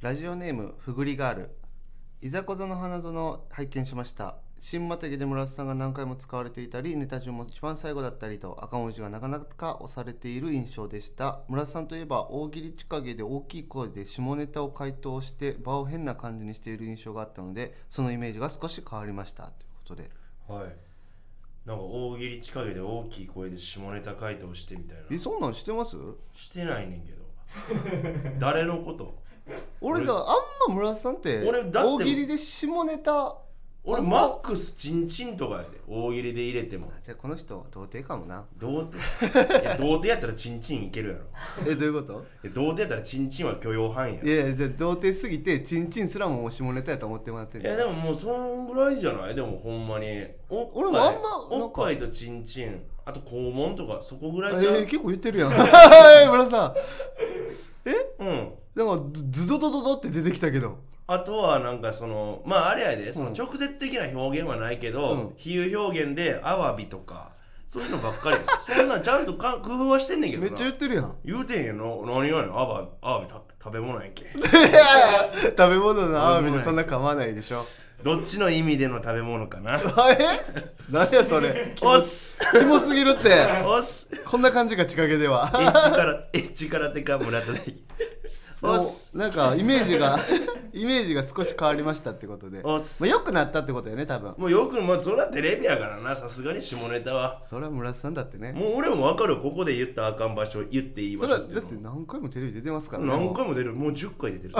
ラジオネームふぐりガール。いざこざの花園拝見しました。新またぎで村瀬さんが何回も使われていたり、ネタ順も一番最後だったりと赤文字がなかなか押されている印象でした。村瀬さんといえば大喜利地影で大きい声で下ネタを回答して場を変な感じにしている印象があったので、そのイメージが少し変わりましたということで。 はい。なんか大喜利地影で大きい声で下ネタ回答してみたいな。 そんなんしてます？ してないねんけど誰のこと？ 俺があんま村瀬さんって大喜利で下ネタ俺マックスチンチンとかやで大喜利で入れても。 じゃあこの人童貞かもな。 童貞いや童貞やったらチンチンいけるやろ。 どういうこと？ 童貞やったらチンチンは許容範囲や。 いやじゃあ童貞すぎてチンチンすらも下ネタやと思ってもらってる。 いやでももうそんぐらいじゃない？でもほんまに俺もあんまおっぱいとチンチンあと肛門とかそこぐらいじゃん。 結構言ってるやん村さんうん。 なんかズドドドドって出てきたけど、 あとはなんかそのまああれやでその直接的な表現はないけど、比喩表現でアワビとかそういうのばっかりそんなんちゃんと工夫はしてんねんけどな。 めっちゃ言ってるやん。 言うてんやんの。何がやねん。アワビ食べ物やんけ食べ物のアワビでそんな噛まないでしょ。 どっちの意味での食べ物かな何やそれおっすキモすぎるっておっすこんな感じか、地影ではエッチからてか村田でおっすなんかイメージが少し変わりましたってことで、 おっす、 良くなったってことよね多分。 もうよくまあそれはテレビやからな。さすがに下ネタはそれは村瀬さんだってね。 もう俺も分かる。ここで言ったらあかん場所言っていい場所っていうの。 それはだって何回もテレビ出てますからね。 何回も出る。もう10回出てる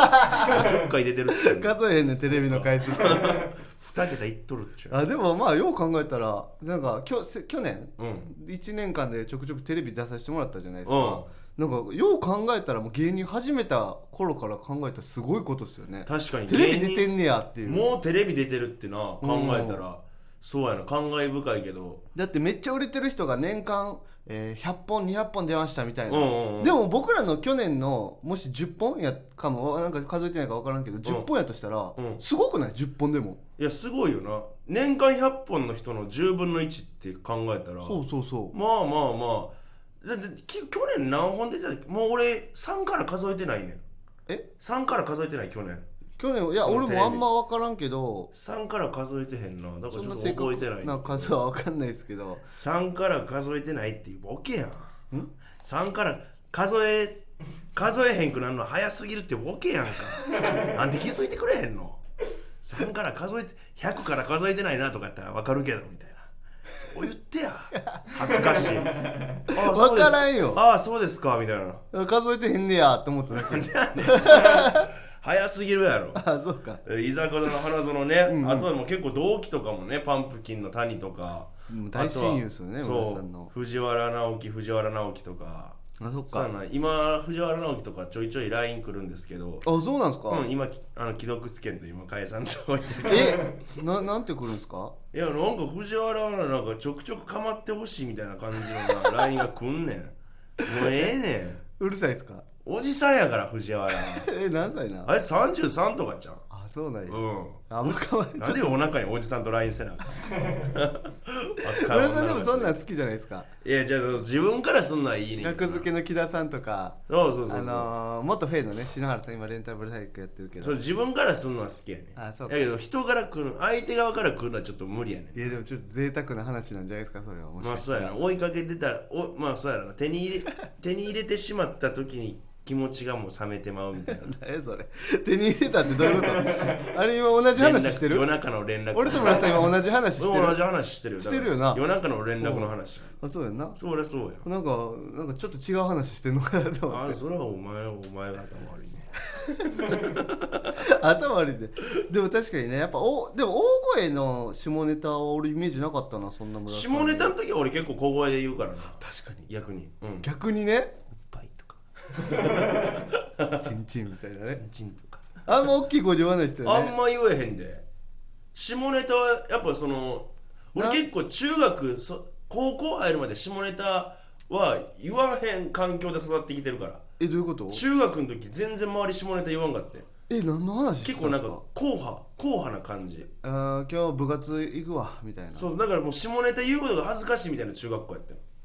10回出てるって数えへんねんテレビの回数 2桁いっとるっちゃう。 でもまあよう考えたらなんか去年、 うん、 1年間でちょくちょくテレビ出させてもらったじゃないですか、なんかよう考えたらもう芸人始めた頃から考えたらすごいことですよね。 確かにテレビ出てんねやっていう。 もうテレビ出てるってな考えたら、そうやな。感慨深いけど、 だってめっちゃ売れてる人が年間、100本200本出ましたみたいな、 うんうん、 でも僕らの去年のもし10本やかもなんか数えてないか分からんけど、10本やとしたら、すごくない？10本でも。 いやすごいよな。年間100本の人の10分の1って考えたら、 そうまあまあまあ。だって去年何本出てたっけ？もう俺3から数えてないねん。3から数えてない。去年いや俺もあんま分からんけど 3から数えてへんな。だからちょっとそんな覚えてない。 正確な数は分かんないですけど、 3から数えてないっていうボケやん。3から数えへんくなるの早すぎるってボケやんかなんで気づいてくれへんの。3から数えて100から数えてないなとかやったら分かるけどみたいな。そう言ってや。恥ずかしい。 分からんよ。 ああそうですかみたいな。 数えてへんねやって思っただけ早すぎるやろ。 そうか。 居酒屋の花園ね、あとはもう結構同期とかもね、パンプキンの谷とか、 大親友ですよね。 そう藤原直樹とか。 そっか。 今藤原直樹とかちょいちょい LINE 来るんですけど。 そうなんですか。 今既読つけんと今解散とか言ってる。 なんて来るんですか。 いやなんか藤原はなんかちょくちょく構ってほしいみたいな感じの LINE が来んねん。もうええねん。 うるさいですか。 おじさんやから藤原何歳な。 あれ33とかじゃん。 そうなんや。 なんでお腹におじさんと LINE せなあかん。 村さんでもそんなん好きじゃないですか。 いやじゃあ自分からすんのはいいねん。 学付けの木田さんとか、 そう元フェイのね篠原さん今レンタルブライクやってるけど、 自分からすんのは好きやねん。 そうか。 だけど人から来る相手側から来るのはちょっと無理やねん。 いやでもちょっと贅沢な話なんじゃないですかそれは。 まあそうやな。追いかけてたらまあそうやな。手に入れてしまった時に気持ちがもう冷めてまうみたいな。 何それ。手に入れたってどういうことあれ今同じ話してる。 夜中の連絡。 俺と村さん今同じ話してる。 同じ話してるよ。 してるよな。 夜中の連絡の話。 そうやな。 そりゃそうや。 なんかちょっと違う話してんのかなと思って。 それはお前が頭悪いね。 頭悪いで。でも確かにね、やっぱでも大声の下ネタは俺イメージなかったな。そんな村さん下ネタの時は俺結構小声で言うからな。 確かに逆に、 逆にね、 パイとかチンチンみたいなね。 チンとかあんま大きい声で言わないですよね。 あんま言えへんで。下ネタはやっぱ俺結構高校入るまで下ネタは言わへん環境で育ってきてるから。 どういうこと？ 中学の時全然周り下ネタ言わんかって。 何の話してたんですか？ 結構なんか硬派な感じ。 今日部活行くわみたいな。 そうだからもう下ネタ言うことが恥ずかしいみたいな中学校やったよ。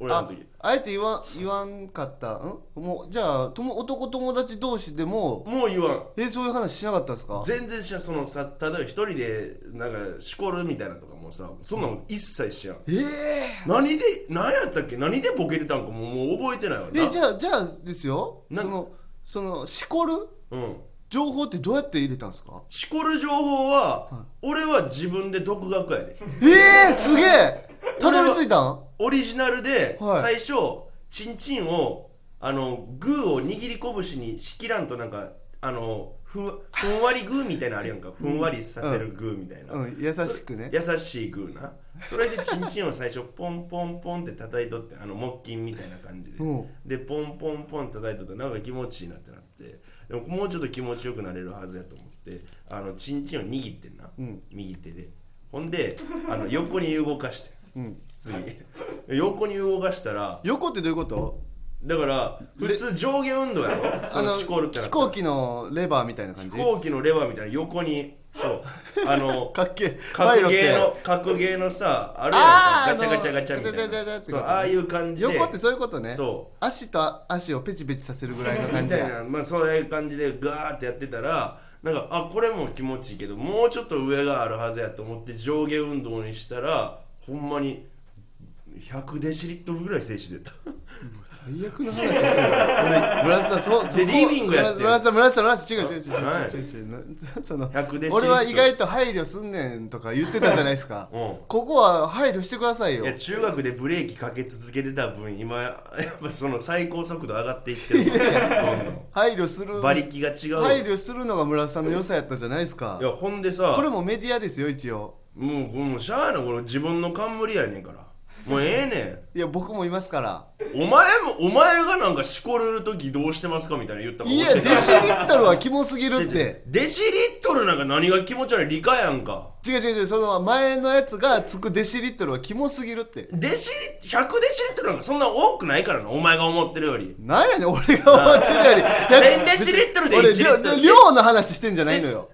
俺らの時あえて言わんかったもうじゃあ男友達同士でももう言わんそういう話しなかったんですか？ 全然しやそのさ例えば一人でなんかしこるみたいなとかもさそんなの一切しやん何やったっけ何でボケてたんかもう覚えてないわなじゃあですよそのしこる情報ってどうやって入れたんですか？ しこる情報は、俺は自分で独学やですげえたどり着いたん？ オリジナルで、最初チンチンをグーを握り拳にしきらんとなんかふんわりグーみたいなのあるやんかふんわりさせるグーみたいな、 優しくね優しいグーなそれでチンチンを最初ポンポンポンって叩いとって木琴みたいな感じで、でポンポンポン叩いとってなんか気持ちいいなってなってでももうちょっと気持ちよくなれるはずやと思ってチンチンを握ってんな、右手でほんで横に動かして、次横に動かしたら横ってどういうこと？ だから普通上下運動やろそのシコールってなったら飛行機のレバーみたいな感じ？ 飛行機のレバーみたいな横にそう格ゲーのさあるやんかガチャガチャガチャみたいなそうああいう感じで横ってそういうことねそう足と足をペチペチさせるぐらいの感じやみたいなまあそういう感じでガーってやってたらなんかこれも気持ちいいけどもうちょっと上があるはずやと思って上下運動にしたらほんまに100デシリットルぐらい精子出た最悪の話してる村田さんでリビングやって村田さん違う俺は意外と配慮すんねんとか言ってたじゃないですかここは配慮してくださいよ。 いや中学でブレーキかけ続けてた分今やっぱその最高速度上がっていってるどんどん配慮する馬力が違う配慮するのが村田さんの良さやったじゃないですか。 いやほんでさこれもメディアですよ一応もうしゃあなこれ自分の冠やねんからもうええねんいや僕もいますからお前がなんかしこる時どうしてますかみたいな言ったからいやデシリットルはキモすぎるってデシリットルなんか何が気持ち悪い理科やんか違うその前のやつがつくデシリットルはキモすぎるって 100デシリットルなんかそんな多くないからなお前が思ってるよりなんやねん俺が思ってるより 1000デシリットルで1リットル量の話してんじゃないのよ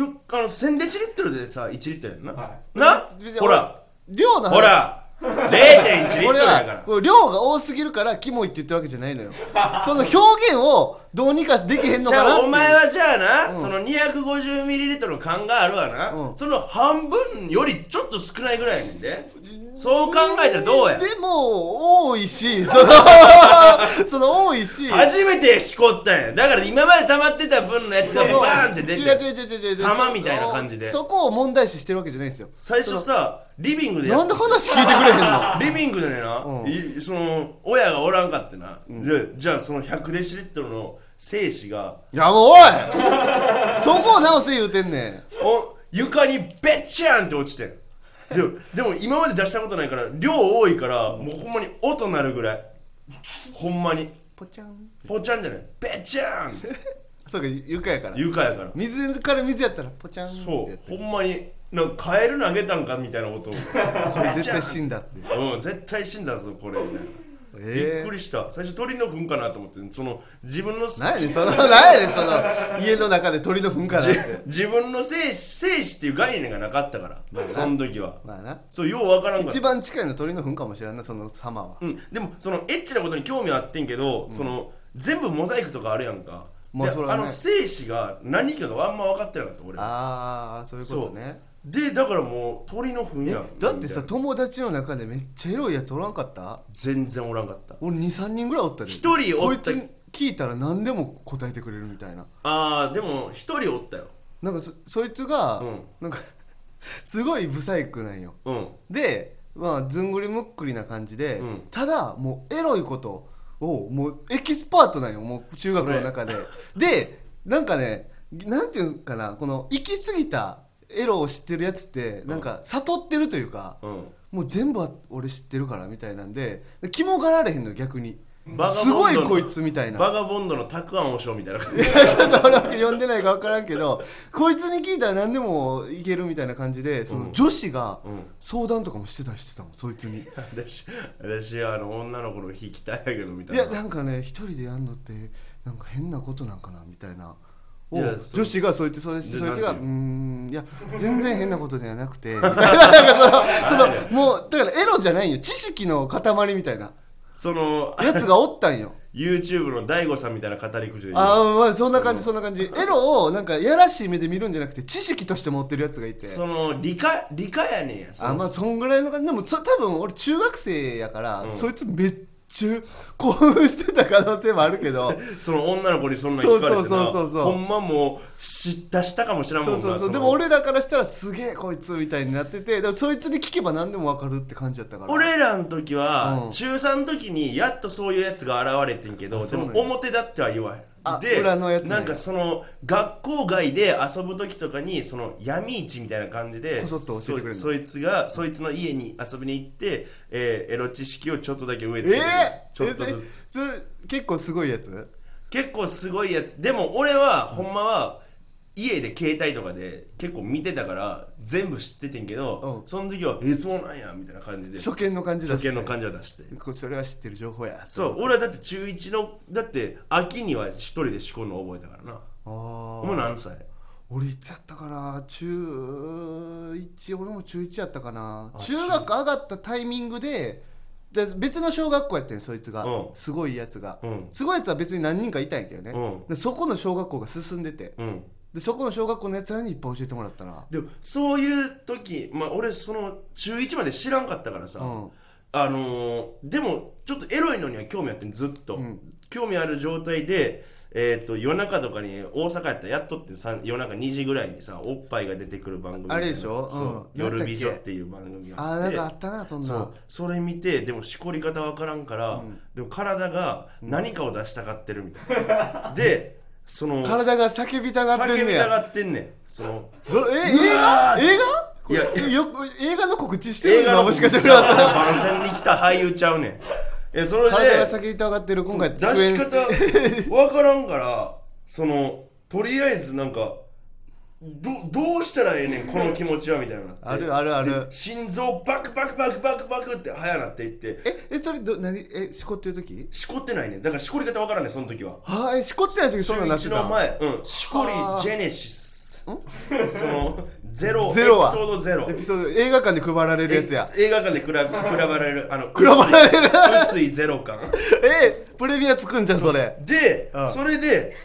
1000デシリットルでさ1リットルやんな、 なほら量の話ほら0.1 リットルやからこれ量が多すぎるからキモいって言ってるわけじゃないのよその表現をどうにかできへんのかなって。 じゃあお前はじゃあな、その 250ml の缶があるわな、その半分よりちょっと少ないぐらいやねんでそう考えたらどうやでも多いしその多いし初めてしこったんやだから今まで溜まってた分のやつがバーンって出て違う玉みたいな感じでそこを問題視してるわけじゃないんですよ最初さリビングでなんで話聞いてくれへんのリビングでねな、その親がおらんかってな、じゃあその100デシリットルの精子がいやもうおいそこを直せ言うてんねん床にベッチャーンって落ちてんでも今まで出したことないから量多いからもうほんまに音鳴るぐらいほんまにポチャンポチャンじゃないベッチャーンってそうか床やから水から水やったらポチャンってそうほんまになんかカエル投げたんかみたいな音これ絶対死んだって絶対死んだぞこれみたいなびっくりした最初鳥の糞かなと思ってその自分の何やねんその家の中で鳥の糞かなって自分の精子っていう概念がなかったから、その時はまあなそうようわからんかった一番近いの鳥の糞かもしれんなその様は、 でもそのエッチなことに興味はあってんけど、その全部モザイクとかあるやんか、で精子が何かがあんま分かってなかった俺ああそういうことねでだからもう鳥の糞やんだってさ友達の中でめっちゃエロいやつおらんかった？ 全然おらんかった俺 2,3 人ぐらいおったで 1人おったこいつ聞いたら何でも答えてくれるみたいなでも1人おったよなんかそいつが、なんかすごいブサイクなんよ、でまあずんぐりむっくりな感じで、ただもうエロいことをもうエキスパートなんよもう中学の中ででなんかねなんていうかなこの行き過ぎたエロを知ってるやつってなんか悟ってるというか、もう全部は俺知ってるからみたいなんで肝がられへんのよ逆にすごいこいつみたいなバガボンドのたくあんおしょうみたいな感じいやちょっと俺は読んでないか分からんけどこいつに聞いたら何でもいけるみたいな感じでその女子が相談とかもしてたりしてたもんそいつに私女の子の引きたいやけどみたいな。いやなんかね一人でやんのってなんか変なことなんかなみたいな女子がそう言ってそいつがいや全然変なことではなくてみたいななんかそのもうだからエロじゃないよ知識の塊みたいなそのやつがおったんよ。 YouTube の大悟さんみたいな語り口で言う。 まあそんな感じそんな感じ。エロをなんかやらしい目で見るんじゃなくて知識として持ってるやつがいて、 その理科やねんや。 まあそんぐらいの感じ。でも多分俺中学生やから、そいつめっちゃ興奮してた可能性もあるけどその女の子にそんな聞かれてな、 そうほんまもうしたかもしらんもんな。 そうでも俺らからしたらすげえこいつみたいになってて、だからそいつに聞けば何でも分かるって感じだったから。 俺らの時は、中3の時にやっとそういうやつが現れてんけど、でも表だっては言わへん。で裏のやつね、 なんかその学校外で遊ぶ時とかにその闇市みたいな感じでこそっと教えてくれるの。 そいつの家に遊びに行って、エロ知識をちょっとだけ植え付けてちょっとずつ。 結構すごいやつ。 結構すごいやつ。でも俺はほんまは家で携帯とかで結構見てたから全部知っててんけど、その時はそうなんやみたいな感じで初見の感じ出して、それは知ってる情報や。 そう俺はだって中1のだって秋には一人で仕込むの覚えたからな。もう何歳？ 俺いつやったかな。中1、俺も中1やったかな。中学上がったタイミングで別の小学校やってんそいつが、すごいやつが、すごいやつは別に何人かいたんやけどね、でそこの小学校が進んでて、でそこの小学校のやつらにいっぱい教えてもらったな。 でもそういう時、俺その中1まで知らんかったからさ、でもちょっとエロいのには興味あってんずっと、興味ある状態で夜中とかに大阪やったらやっとって夜中2時ぐらいにさおっぱいが出てくる番組あれでしょ、 夜美女っていう番組があって、 なんかあったなそんな。 それ見てでもしこり方わからんから、でも体が何かを出したがってるみたいな、でその体が叫びたがってんねや。 叫びたがってんねん。その映画いやよく映画の告知してる。 映画の告知したら番宣に来た俳優ちゃうねん。それで体が叫びたがってる今回出し方分からんからそのとりあえずなんかどうしたらええねんこの気持ちはみたいなある心臓バクバクバクバクバクって速なっていって、 それしこってる時？ しこってないねん。だからしこり方分からんねんその時は。 しこってない時そんなになってた。 中1の前、しこりジェネシスそのゼロゼロはエピソードゼロエピソード映画館で配られるやつや。 映画館で比べられる薄いゼロ感プレミアつくんじゃんそれで、それで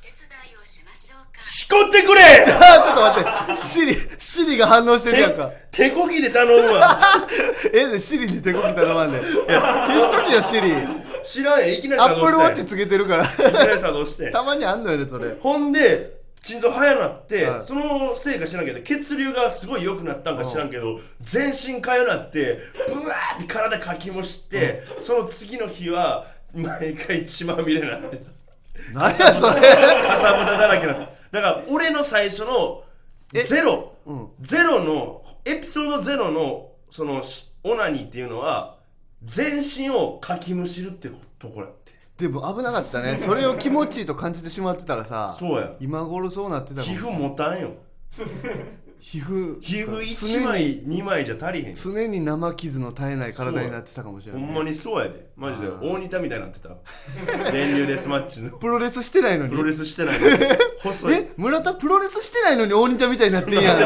しこってくれちょっと待ってシリが反応してるやんか。 手こぎで頼むわシリに手こぎ頼まんねん。消しときよシリ。 知らんやんいきなりア作動してップルウォッチつけてるからいきなり作動してたまにあんのよねそれ。 ほんで心臓速なって、そのせいか知らんけど血流がすごい良くなったんか知らんけど、全身かゆなってブワーって体かきむして、その次の日は毎回血まみれになってた。 何やそれかさぶただらけになって。だから俺の最初のゼロのエピソードゼロのそのオナニーっていうのは全身をかきむしるってところやって。 でも危なかったね。それを気持ちいいと感じてしまってたらさ、 そうや今頃そうなってたかも。 皮膚持たんよ。皮膚1枚2枚じゃ足りへん。 常に生傷の絶えない体になってたかもしれない、 ほんまにそうやでマジで大仁田みたいになってた電流デスマッチのプロレスしてないのに細い村田プロレスしてないのに大仁田みたいになってんやん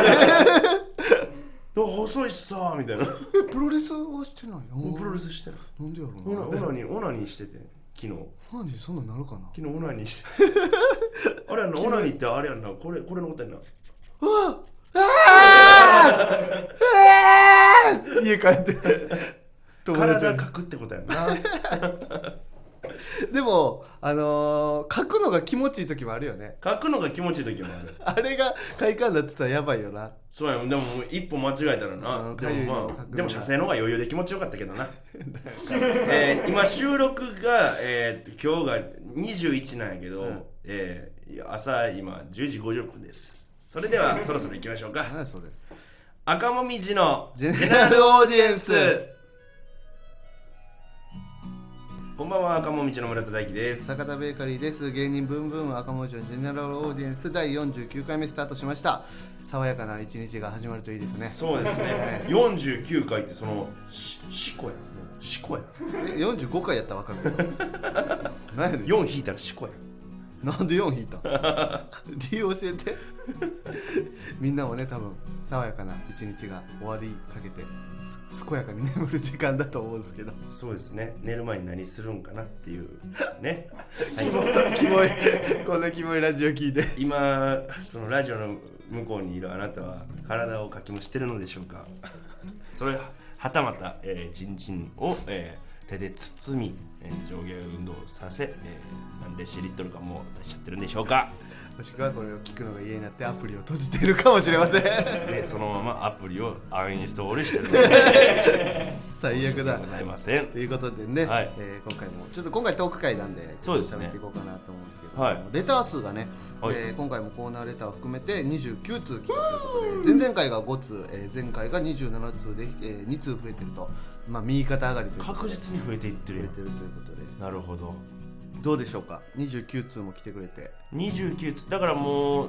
細いしさーみたいなプロレスはしてないの？ プロレスしてない。 なんでやろうな。 オナニーしてて昨日オナニーそんなんなるかな。 昨日オナニーしててあれやんなオナニーってあれやんなこれのことやんな。 家帰って体かくってことやんなでも書くのが気持ちいい時もあるよね。 書くのが気持ちいい時もあるあれが快感になってたらやばいよな。 そうやん。でも一歩間違えたらな。でも射精の方が余裕で気持ちよかったけどな今収録が、今日が21なんやけど、朝今10時50分です。それではそろそろ行きましょうか。 何それ。 赤もみじのジェネラルオーディエンス。こんばんは、赤もみじの村田大樹です。 坂田ベーカリーです。芸人ブンブン赤もみじのジェネラルオーディエンス第49回目スタートしました。爽やかな一日が始まるといいですね。 そうですね、49回ってその四個や四個や 45回やったら分かるけど何やねん。 4引いたら四個やなんで4引いた理由教えてみんなもね多分爽やかな一日が終わりかけて健やかに眠る時間だと思うんですけどそうですね、寝る前に何するんかなっていうねキモいこんなキモいラジオ聞いて今そのラジオの向こうにいるあなたは体をかきむしてるのでしょうかそれはたまた、チンチンを、手で包み、上下運動させ、何デシリットルかも出しちゃってるんでしょうか。 もしくはこれを聞くのが嫌になってアプリを閉じているかもしれませんでそのままアプリをアンインストールしてる最悪だございませんということでね、 はい今回トーク会なんでそうですね喋っていこうかなと思うんですけど、 はいレター数がね、 はい今回もコーナーレターを含めて29通来たということで前々回が5通、前回が27通で、2通増えてると、まあ、右肩上がりということで確実に増えていってるよ。 増えてるということでなるほど。 どうでしょうか29通も来てくれて 29つだからもう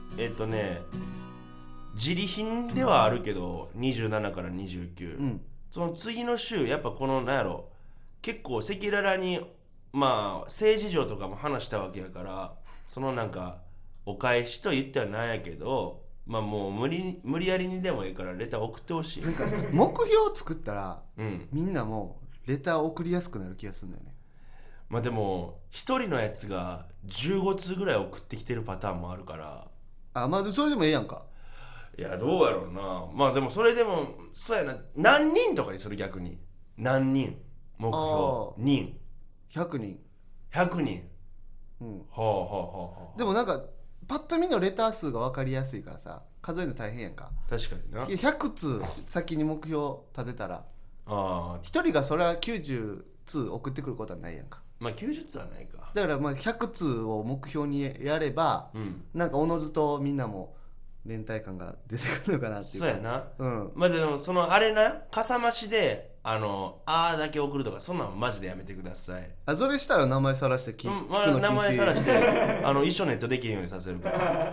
自利品ではあるけど27から29、 うんその次の週やっぱこのなんやろ結構赤裸々にまあ政治上とかも話したわけやからそのなんかお返しと言ってはなんやけどまあもう無理やりにでもいいからレター送ってほしい。 なんか目標を作ったら、 うんみんなもうレターを送りやすくなる気がするんだよね。 まあでも一人のやつが15通ぐらい送ってきてるパターンもあるからあ、まあそれでもええやんか。 いやどうやろうな。まあでもそれでもそうやな、何人とかにする。逆に何人目標人 100人。 100人うん。 はあはあはあはあ。 でもなんかパッと見のレター数が分かりやすいからさ数えるの大変やんか。 確かにな。 100通先に目標立てたらああ 1人がそれは90通送ってくることはないやんか。 まあ90通はないか。 だからまあ100通を目標にやれば、なんかおのずとみんなも連帯感が出てくるのかなっていう。 そうやな。 うん。 まあでもそのあれなかさ増しであだけ送るとかそんなんマジでやめてください。 あ、それしたら名前さらしてまあ、名前さらして一緒ネットできるようにさせるから。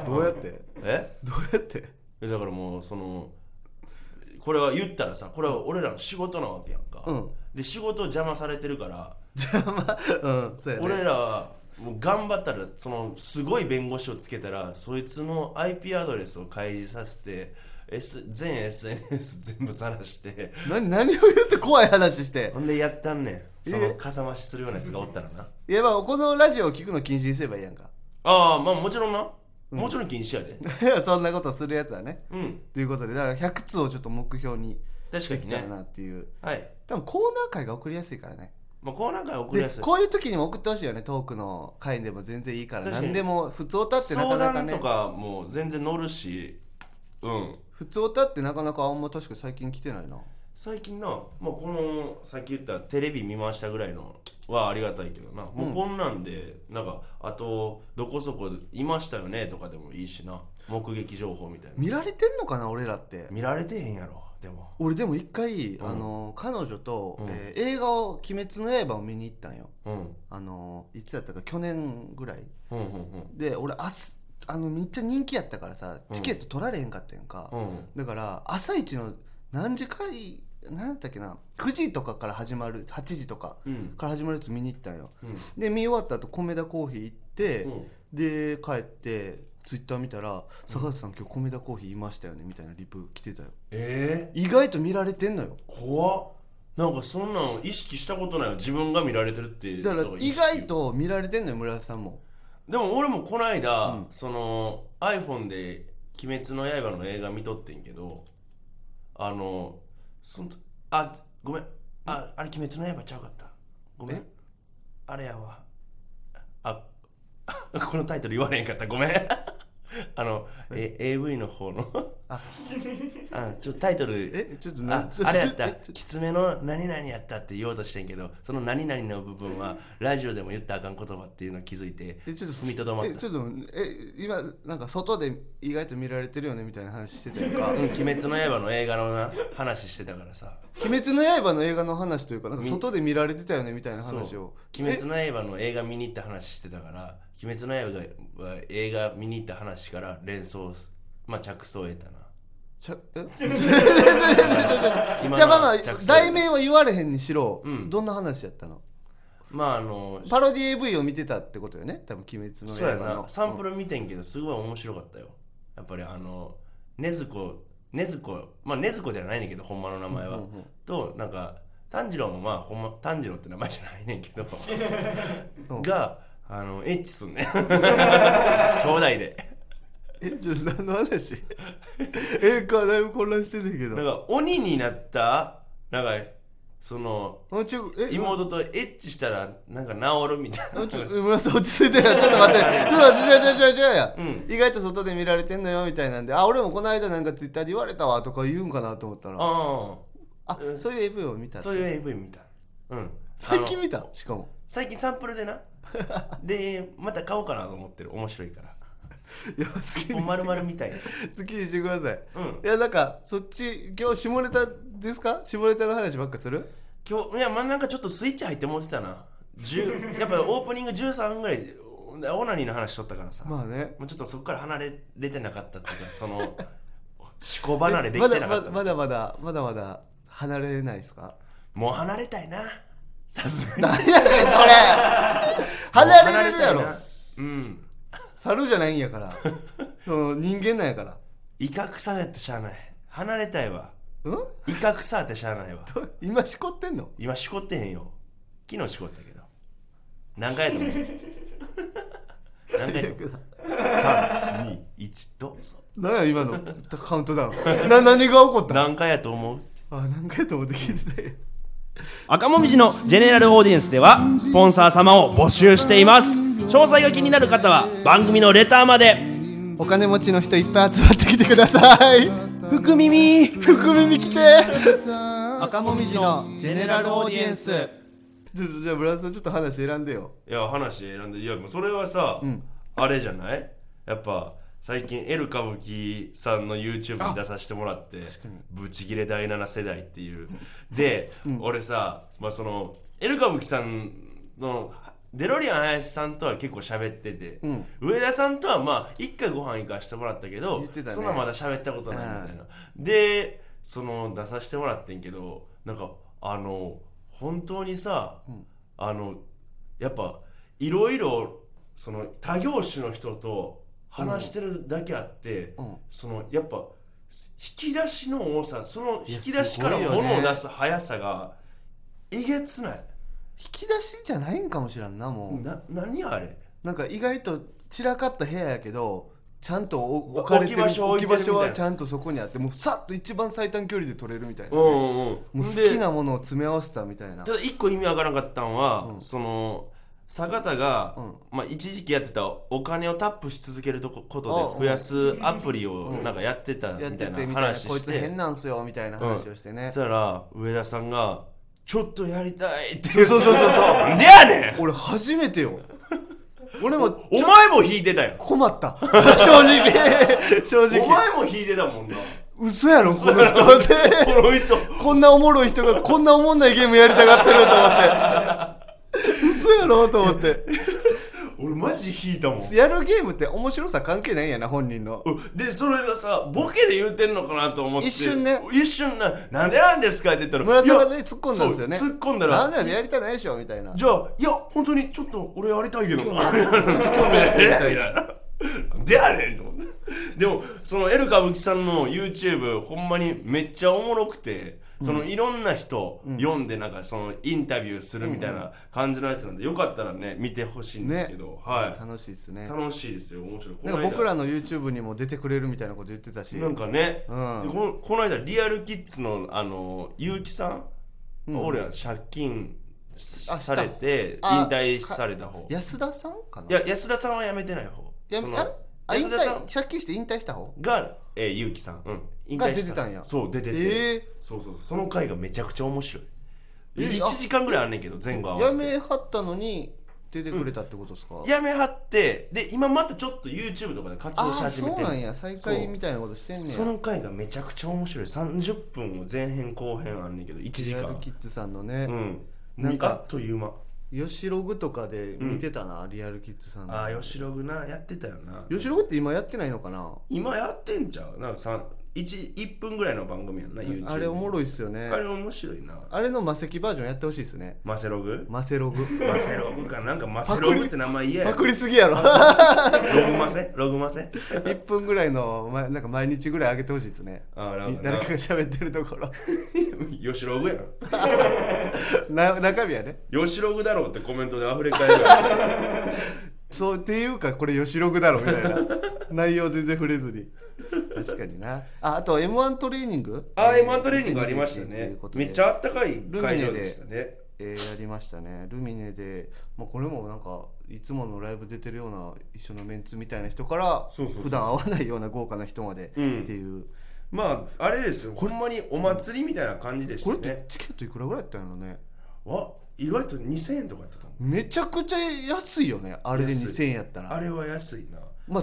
どうやってどうやってだからもうこれは言ったらさこれは俺らの仕事なわけやんか、で仕事邪魔されてるからそうやね。 俺らはもう頑張ったらすごい弁護士をつけたらそいつの IP アドレスを開示させて、全 SNS 全部晒して何を言って怖い話してほんでやったんねん。そのかさ増しするようなやつがおったらな。 いや、まあこのラジオを聞くの禁止にすればいいやんか。 ああまあもちろんな、もちろん禁止やで。 いやそんなことするやつはね。 うんということでだから100通をちょっと目標に確かにね。 できたらなっていう。 はい。 多分コーナー会が送りやすいからね。 まあコーナーから送りやすい。 でこういう時にも送ってほしいよね。トークの会でも全然いいから。 確かに何でも普通歌ってなかなかね相談とかも全然乗るし、 普通歌ってなかなかあんま確か最近来てないな。 最近な、まあ、このさっき言ったテレビ見ましたぐらいのはありがたいけどな、もうこんなんでなんかあとどこそこいましたよねとかでもいいしな、目撃情報みたいな。 見られてんのかな俺らって。 見られてへんやろ。でも俺でも一回、彼女と、映画を「鬼滅の刃」を見に行ったんよ。いつだったか去年ぐらい、で俺めっちゃ人気やったからさチケット取られへんかったやんか、だから朝一の何時回何やったっけな9時とかから始まる8時とかから始まるやつ見に行ったんよ、で見終わった後米田コーヒー行って、で帰ってツイッター見たら「坂田さん今日米田コーヒーいましたよね」みたいなリプ来てたよ。意外と見られてんのよ。 怖っ。なんかそんなん意識したことないよ。自分が見られてるってだから意外と見られてんのよ村田さんも。 でも俺もこの間、iPhone で「鬼滅の刃」の映画見とってんけどごめんあれ鬼滅の刃ちゃうかった。ごめんあれやわこのタイトル言われへんかった。ごめんAV の方のちょっとタイトルちょっとあれやったきつめの何々やったって言おうとしてんけど、その何々の部分はラジオでも言ったらあかん言葉っていうのを気づいて踏みとどまった。 今なんか外で意外と見られてるよねみたいな話してたやんか鬼滅の刃の映画のな話してたからさ。 鬼滅の刃の映画の話というか、なんか外で見られてたよねみたいな話を。 鬼滅の刃の映画見に行った話してたから、鬼滅の刃が映画見に行った話から連想着想を得たな。 じゃあまあ題名は言われへんにしろ、どんな話やったの？ まあパロディ AV を見てたってことよね多分鬼滅のそうや刃のなサンプル見てんけどすごい面白かったよやっぱり禰豆子まあ禰豆子じゃないねんけどほんまの名前は、となんか炭治郎もまあほんま炭治郎って名前じゃないねんけどがエッチすんねん兄弟でちょっと何の話だいぶ混乱してるけどなんか鬼になったなんかその妹とエッチしたらなんか治るみたいな村さん落ち着いてよちょっと待ってじゃあ、意外と外で見られてんのよみたいなんで俺もこの間なんかツイッターで言われたわとか言うんかなと思ったらそういう AV を見たそういう AV 見た最近見たしかも最近サンプルでなでまた買おうかなと思ってる面白いからいや好きに丸々みたい好きにしてください、いやなんかそっち今日下ネタですか下ネタの話ばっかする今日いやまあなんかちょっとスイッチ入って思ってたなやっぱオープニング13分ぐらいオナニーの話しとったからさまあねもうちょっとそこから離れれてなかったっていうかその思考離れできてなかったまだまだ離れれないですかもう離れたいなさすがに何やねんそれ離れれるやろ猿じゃないんやから人間なんやから威嚇さやってしゃあない離れたいわ威嚇さってしゃあないわ今しこってんの今しこってへんよ昨日しこったけど何回やと思う何回やと思う321どうぞ何や今のカウントダウン何が起こった何回やと思う何回やと思って聞いてたよ赤もみじのジェネラルオーディエンスではスポンサー様を募集しています詳細が気になる方は番組のレターまでお金持ちの人いっぱい集まってきてください福耳来て赤もみじのジェネラルオーディエンスじゃあブラスさんちょっと話選んでよいや話選んでいやそれはさ、あれじゃないやっぱ最近エル歌舞伎さんの YouTube に出させてもらってブチギレ第7世代っていうで、俺さ、そのエル歌舞伎さんのデロリアン林さんとは結構喋ってて、上田さんとは一回ご飯行かしてもらったけど、そんなまだ喋ったことないみたいな、でその出させてもらってんけどなんか本当にさ、やっぱいろいろその他業種の人と話してるだけあって、そのやっぱ引き出しの多さその引き出しから物を出す速さがえげつない引き出しじゃないんかもしらんなもう何あれなんか意外と散らかった部屋やけどちゃんと置かれてる置き場所はちゃんとそこにあってもうさっと一番最短距離で取れるみたいな、もう好きなものを詰め合わせたみたいな。 ただ一個意味わからなかったのは、その坂田が、一時期やってたお金をタップし続けることで増やすアプリをなんかやってたみたいな話して、 こいつ変なんすよみたいな話をしてね、 そしたら上田さんがちょっとやりたいって言うそうなんでやねん俺初めてよ俺もお前も引いてたよ困った正直お前も引いてたもんな嘘やろこの人ってこんなおもろい人がこんなおもんないゲームやりたがってると思って嘘やろと思って俺マジ引いたもんやるゲームって面白さ関係ないんやな本人のでそれがさボケで言うてんのかなと思って一瞬なんでなんですかって言ったら村田がね突っ込んだんですよね突っ込んだらなんだよやりたないでしょみたいなじゃあいや本当にちょっと俺やりたいけど興味ないみたいなでやねんと思ってでもそのエル歌舞伎さんの YouTube ほんまにめっちゃおもろくてそのいろんな人読んでなんかそのインタビューするみたいな感じのやつなんでよかったらね見てほしいんですけど、はい楽しいですね楽しいですよ面白いなんか僕らの YouTube にも出てくれるみたいなこと言ってたしなんかね、この間リアルキッズの結城さん、俺ら借金されて引退された方安田さんかな。 いや安田さんは辞めてない方安田さん借金して引退した方が結城さん、引退出てたんや。 そう出てて、そうその回がめちゃくちゃ面白い、1時間ぐらいあんねんけど前後合わせて辞めはったのに出てくれたってことですか。 辞めはってで今またちょっと YouTube とかで活動し始めてる。 そうなんや再開みたいなことしてんねん。 その回がめちゃくちゃ面白い30分を前編後編あんねんけど1時間リアルキッズさんのね、 なんかあっという間ヨシログとかで見てたな、リアルキッズさんヨシログなやってたよな。 ヨシログって今やってないのかな。 今やってんちゃうなんか 1分ぐらいの番組やんな YouTube。 あれおもろいっすよね。 あれ面白いな。 あれのマセキバージョンやってほしいですね。 マセログマセログマセログかなんかマセログって名前嫌やパクリすぎやろログマセログマセ 1分ぐらいの、なんか毎日ぐらい上げてほしいですね。 あなんか誰かが喋ってるところヨシログやん中身はね。 ヨシログだろうってコメントで溢れ返るやそうっていうかこれヨシログだろみたいな内容全然触れずに。確かにな。あと M1 トレーニング M1 トレーニングありましたね。めっちゃあったかい会場でしたね。 やりましたね。ルミネで、これもなんかいつものライブ出てるような一緒のメンツみたいな人から普段会わないような豪華な人までっていう、 まああれですよ、ほんまにお祭りみたいな感じでしたね。 これってチケットいくらぐらいやったんやろね。 意外と2000円とかやったと思う。 めちゃくちゃ安いよね。あれで2000円やったらあれは安いな。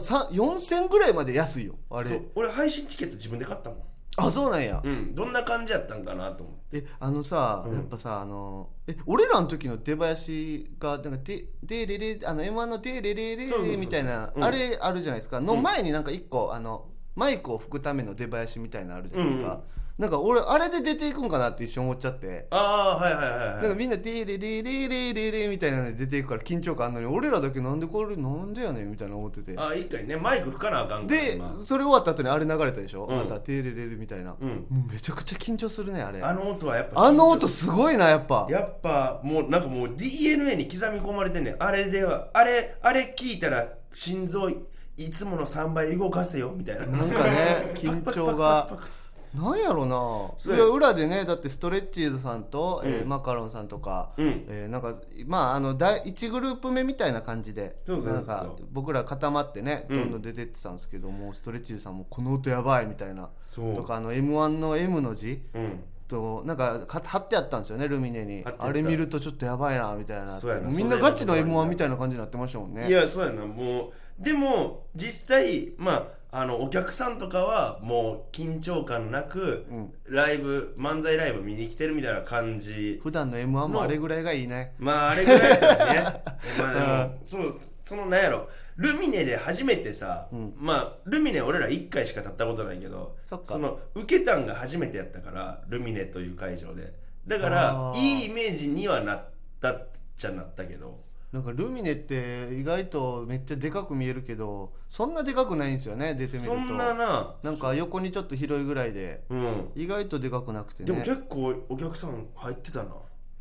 4000ぐらいまで安いよあれ。 そう、俺配信チケット自分で買ったもん。 あ、そうなんや。 どんな感じやったんかなと思って。 やっぱさ俺らの時の出囃子がなんかでレレM1 のでレレレみたいなあれあるじゃないですか。の前になんか一個マイクを吹くための出囃子みたいなのあるじゃないですか。なんか俺あれで出ていくんかなって一瞬思っちゃって。 はいなんかみんなでレレレレレレみたいなので出ていくから緊張感あんのに、俺らだけなんでやねんみたいな思ってて。 一回ねマイク吹かなあかんからでそれ終わった後にあれ流れたでしょ。またテレレレみたいな。もうめちゃくちゃ緊張するねあれ。 あの音はやっぱあの音すごいなやっぱもうなんかもう DNA に刻み込まれてんねん。あれではあれ聞いたら心臓いつもの3倍動かせよみたいな。 なんかね緊張がなんやろな。いや裏でねだってストレッチーズさんと、マカロンさんとか、なんか第1グループ目みたいな感じでなんか僕ら固まってねどんどん出てってたんですけども、ストレッチーズさんもこの音やばいみたいなとかM1 の M の字、となんか貼ってあったんですよねルミネに。あれ見るとちょっとやばいなみたいな。みんなガチの M1 みたいな感じになってましたもんね。 いやそうやな。もうでも実際お客さんとかはもう緊張感なく、漫才ライブ見に来てるみたいな感じ。 普段の M1 もあれぐらいがいいね。 あれぐらいだよねそのなんやろルミネで初めてさ、ルミネ俺ら1回しか立ったことないけど、その受けたんが初めてやったからルミネという会場でだからいいイメージにはなったっちゃなったけど、 なんかルミネって意外とめっちゃでかく見えるけどそんなでかくないんですよね。出てみるとそんななんか横にちょっと広いぐらいで、意外とでかくなくてね。 でも結構お客さん入ってたな。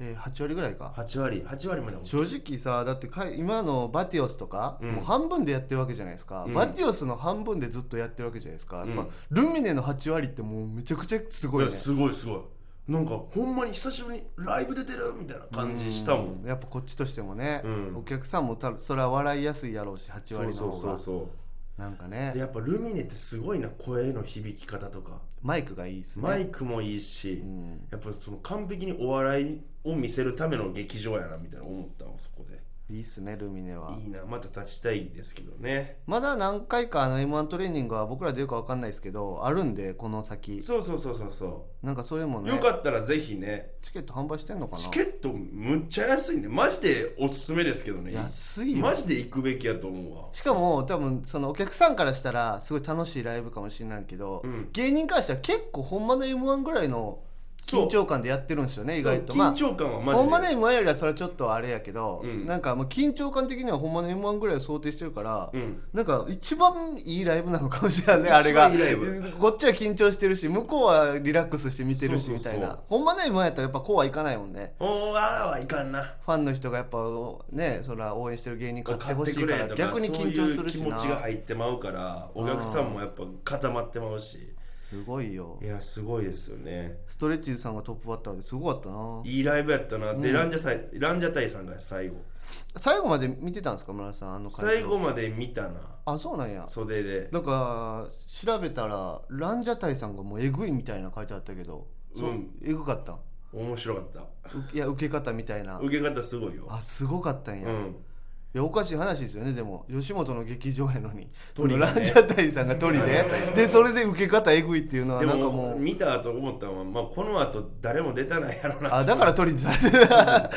8割ぐらいか。 8割まで。 正直さだって今のバティオスとか、もう半分でやってるわけじゃないですか。バティオスの半分でずっとやってるわけじゃないですか。やっぱルミネの8割ってもうめちゃくちゃすごいね。 すごいなんかほんまに久しぶりにライブ出てるみたいな感じしたもん。 やっぱこっちとしてもね、お客さんもそれは笑いやすいやろうし8割の方がなんかね。 でやっぱルミネってすごいな、声の響き方とかマイクがいいですね。 マイクもいいし、やっぱその完璧にお笑いを見せるための劇場やなみたいな思ったわ。そこでいいっすねルミネは。 いいな。また立ちたいですけどね。 まだ何回かM1 トレーニングは僕らでよく分かんないですけどあるんで、この先。 そうなんかそれもねよかったらぜひね。 チケット販売してんのかな。 チケットむっちゃ安いんでマジでおすすめですけどね。 安いよマジで行くべきやと思うわ。 しかも多分そのお客さんからしたらすごい楽しいライブかもしれないけど、芸人からしたら結構ほんまの M1 ぐらいの緊張感でやってるんですよね意外と。 緊張感はマジで、 ほんまの M1 よりはそれはちょっとあれやけど、なんかもう緊張感的にはほんまの M1 ぐらいを想定してるから、なんか一番いいライブなのかもしれないねあれが。こっちは緊張してるし向こうはリラックスして見てるしみたいな。ほんまの M1 やったらやっぱこうはいかないもんね。 あらはいかんな。 ファンの人がやっぱねそら応援してる芸人買ってほしいから逆に緊張するしな。 そういう気持ちが入ってまうからお客さんもやっぱ固まってまうし。 すごいよ。 いやすごいですよね。 ストレッチーズさんがトップバッターですごかったな。 いいライブやったな。でランジャタイさんが最後まで見てたんですか村田さん。 最後まで見たな。 あ、そうなんや。 袖でなんか調べたらランジャタイさんがもうエグいみたいな書いてあったけど、エグかった。 面白かった。 いや受け方みたいな。 受け方すごいよ。 あ、すごかったんや。いやおかしい話ですよね。でも吉本の劇場やのに、そのランジャタイさんが鳥でそれで受け方エグいっていうのはなんかもう見た後思ったのは、この後誰も出たないやろな。 あ、だから鳥にされてた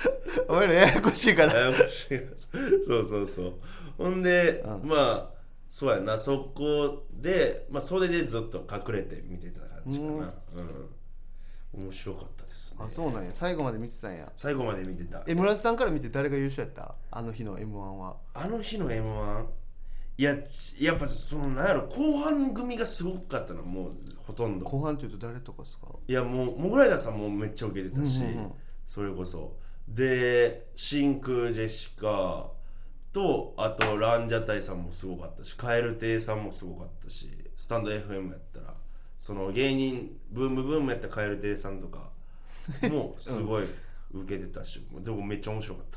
お前らややこしいから。 そうほんで、 そうやな、そこで、まあ、それでずっと隠れて見てた感じかな。面白かったですね。 あ、そうなんや。最後まで見てたんや。 最後まで見てた。 村瀬さんから見て誰が優勝やった？あの日の M1 は。 あの日の M1、いや、やっぱそのなんやろ、後半組がすごかったの、もうほとんど。 後半っていうと誰とかですか？ いや、もうモグライダーさんもめっちゃ受けてたし、それこそで真空ジェシカと、あとランジャタイさんもすごかったし、カエル亭さんもすごかったし、スタンド FM やったらその芸人ブームやったカエル亭さんとかもすごい受けてたし、でもめっちゃ面白かった。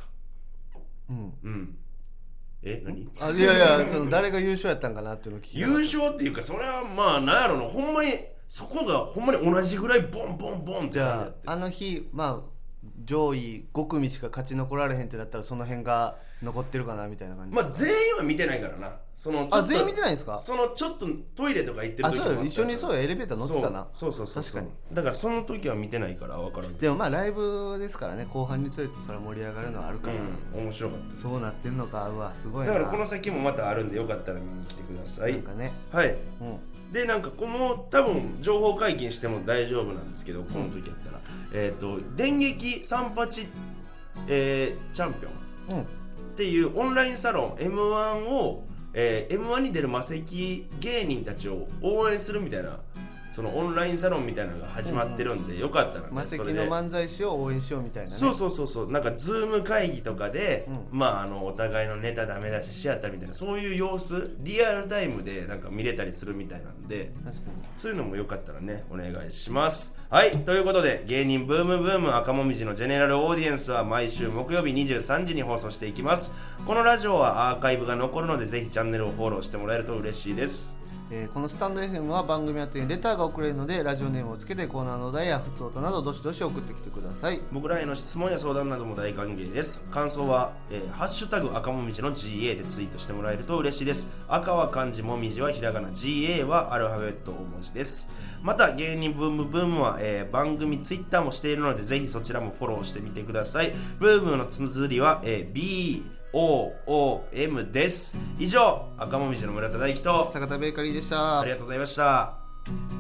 何？ あ、いやその誰が優勝やったんかなっていうのを聞きたかった。 優勝っていうか、それはまあなんやろな、ほんまにそこがほんまに同じぐらいボンボンボンって感じやって。 じゃああの日、まあ上位5組しか勝ち残られへんってなったらその辺が残ってるかなみたいな感じ。 まあ全員は見てないからな。その全員見てないんですか？ そのちょっとトイレとか行ってる時もあったから。 そうよ、一緒にそうよ、エレベーター乗ってたな。 そう確かに。 だからその時は見てないから分からんけど。 でもまあライブですからね、後半につれてそれは盛り上がるのはあるから、 面白かったです。 そうなってんのか。うわ、すごいな。 だからこの先もまたあるんで、よかったら見に来てください。 なんかね、 はい、でなんかこの多分情報解禁しても大丈夫なんですけど、この時やったら電撃三八チャンピオンっていうオンラインサロン M1 を、M1 に出る魔石芸人たちを応援するみたいな、そのオンラインサロンみたいなのが始まってるんで、よかったらね、 魔石の漫才師を応援しようみたいなね。 そうなんかズーム会議とかで、まあお互いのネタダメ出しし合ったみたいな、そういう様子リアルタイムでなんか見れたりするみたいなんで、 確かにそういうのもよかったらね、お願いします。はい、ということで芸人ブーム赤もみじのジェネラルオーディエンスは毎週木曜日23時に放送していきます。このラジオはアーカイブが残るので、ぜひチャンネルをフォローしてもらえると嬉しいです。 このスタンド FM は番組宛てにレターが送れるので、ラジオネームをつけてコーナーのお題や普通歌などどしどし送ってきてください。 僕らへの質問や相談なども大歓迎です。感想は、ハッシュタグ赤もみじの GA でツイートしてもらえると嬉しいです。赤は漢字、もみじはひらがな、 GA はアルファベット大文字です。また芸人ブームは、番組ツイッターもしているので、ぜひそちらもフォローしてみてください。ブームの綴りは、BOOM です。以上、赤もみじの村田大樹と坂田ベーカリーでした。 ありがとうございました。